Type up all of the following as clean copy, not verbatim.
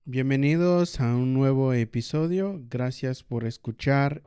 Bienvenidos a un nuevo episodio. Gracias por escuchar.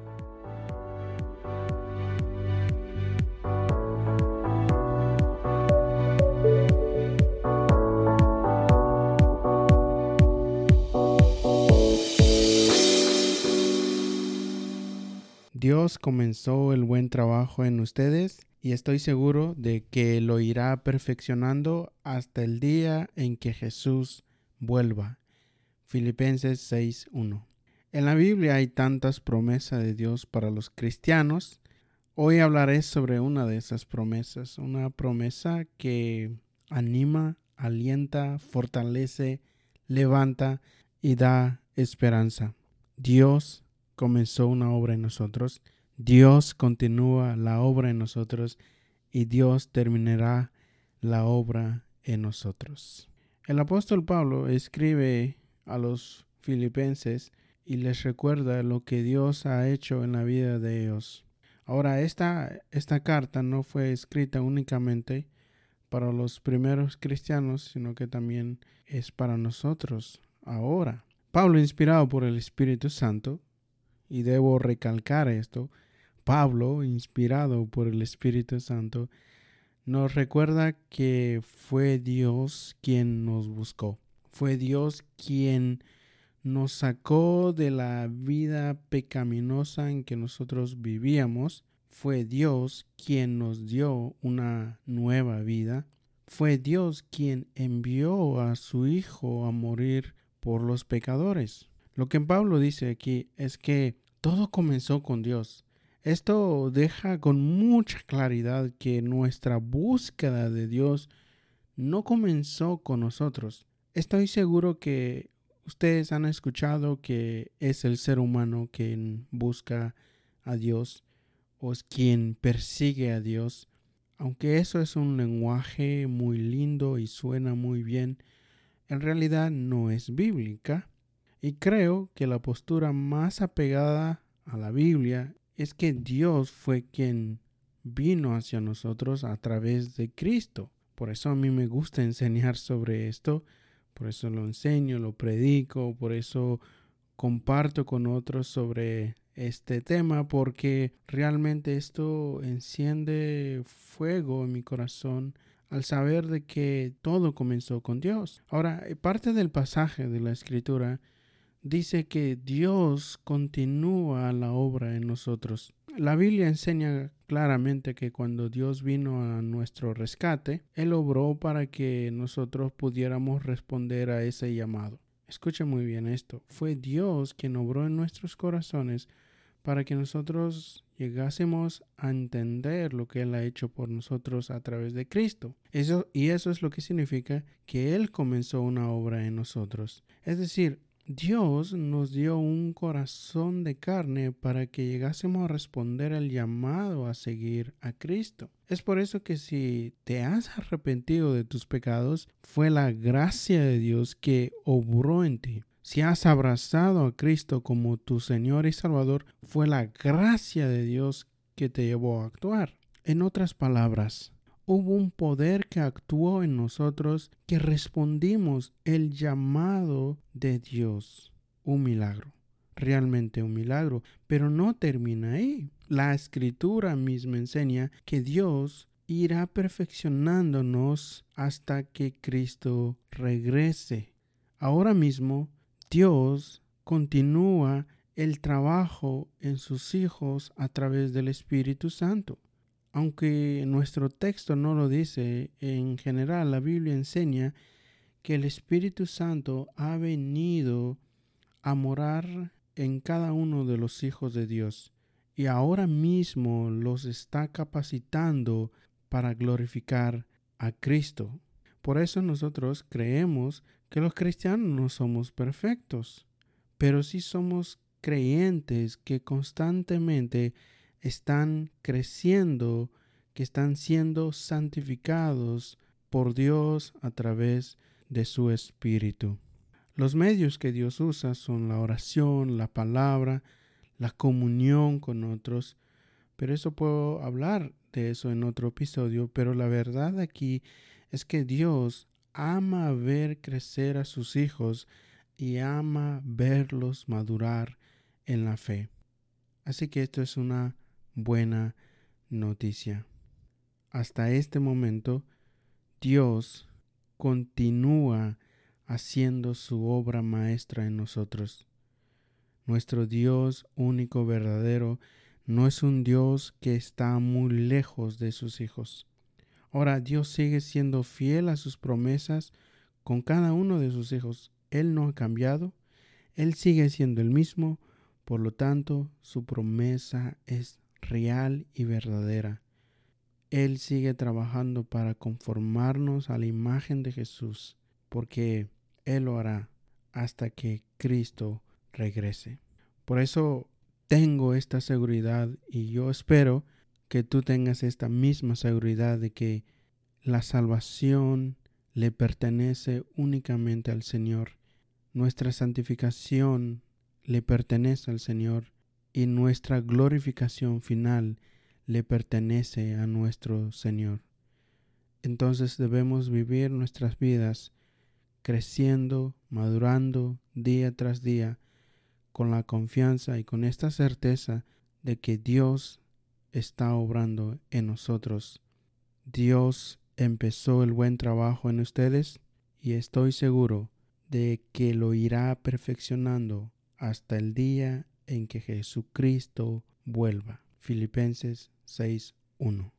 Dios comenzó el buen trabajo en ustedes y estoy seguro de que lo irá perfeccionando hasta el día en que Jesús vuelva. Filipenses 6:1. En la Biblia hay tantas promesas de Dios para los cristianos. Hoy hablaré sobre una de esas promesas, una promesa que anima, alienta, fortalece, levanta y da esperanza. Dios comenzó una obra en nosotros, Dios continúa la obra en nosotros y Dios terminará la obra en nosotros. El apóstol Pablo escribe a los filipenses y les recuerda lo que Dios ha hecho en la vida de ellos. Ahora, esta carta no fue escrita únicamente para los primeros cristianos, sino que también es para nosotros ahora. Pablo, inspirado por el Espíritu Santo, y debo recalcar esto, Pablo, inspirado por el Espíritu Santo, nos recuerda que fue Dios quien nos buscó. Fue Dios quien nos sacó de la vida pecaminosa en que nosotros vivíamos. Fue Dios quien nos dio una nueva vida. Fue Dios quien envió a su Hijo a morir por los pecadores. Lo que Pablo dice aquí es que todo comenzó con Dios. Esto deja con mucha claridad que nuestra búsqueda de Dios no comenzó con nosotros. Estoy seguro que ustedes han escuchado que es el ser humano quien busca a Dios o es quien persigue a Dios. Aunque eso es un lenguaje muy lindo y suena muy bien, en realidad no es bíblica. Y creo que la postura más apegada a la Biblia es que Dios fue quien vino hacia nosotros a través de Cristo. Por eso a mí me gusta enseñar sobre esto, por eso lo enseño, lo predico, por eso comparto con otros sobre este tema, porque realmente esto enciende fuego en mi corazón al saber de que todo comenzó con Dios. Ahora, parte del pasaje de la Escritura dice que Dios continúa la obra en nosotros. La Biblia enseña claramente que cuando Dios vino a nuestro rescate, Él obró para que nosotros pudiéramos responder a ese llamado. Escuche muy bien esto. Fue Dios quien obró en nuestros corazones para que nosotros llegásemos a entender lo que Él ha hecho por nosotros a través de Cristo. Eso es lo que significa que Él comenzó una obra en nosotros. Es decir, Dios nos dio un corazón de carne para que llegásemos a responder al llamado a seguir a Cristo. Es por eso que si te has arrepentido de tus pecados, fue la gracia de Dios que obró en ti. Si has abrazado a Cristo como tu Señor y Salvador, fue la gracia de Dios que te llevó a actuar. En otras palabras, hubo un poder que actuó en nosotros que respondimos el llamado de Dios. Un milagro, realmente un milagro, pero no termina ahí. La Escritura misma enseña que Dios irá perfeccionándonos hasta que Cristo regrese. Ahora mismo, Dios continúa el trabajo en sus hijos a través del Espíritu Santo. Aunque nuestro texto no lo dice, en general la Biblia enseña que el Espíritu Santo ha venido a morar en cada uno de los hijos de Dios y ahora mismo los está capacitando para glorificar a Cristo. Por eso nosotros creemos que los cristianos no somos perfectos, pero sí somos creyentes que constantemente están creciendo, que están siendo santificados por Dios a través de su Espíritu. Los medios que Dios usa son la oración, la palabra, la comunión con otros, pero eso puedo hablar de eso en otro episodio, pero la verdad aquí es que Dios ama ver crecer a sus hijos y ama verlos madurar en la fe. Así que esto es una buena noticia. Hasta este momento, Dios continúa haciendo su obra maestra en nosotros. Nuestro Dios único verdadero no es un Dios que está muy lejos de sus hijos. Ahora, Dios sigue siendo fiel a sus promesas con cada uno de sus hijos. Él no ha cambiado, Él sigue siendo el mismo, por lo tanto, su promesa es real y verdadera. Él sigue trabajando para conformarnos a la imagen de Jesús, porque Él lo hará hasta que Cristo regrese. Por eso tengo esta seguridad y yo espero que tú tengas esta misma seguridad de que la salvación le pertenece únicamente al Señor. Nuestra santificación le pertenece al Señor y nuestra glorificación final le pertenece a nuestro Señor. Entonces debemos vivir nuestras vidas creciendo, madurando día tras día con la confianza y con esta certeza de que Dios está obrando en nosotros. Dios empezó el buen trabajo en ustedes y estoy seguro de que lo irá perfeccionando hasta el día en que Jesucristo vuelva. Filipenses 6:1.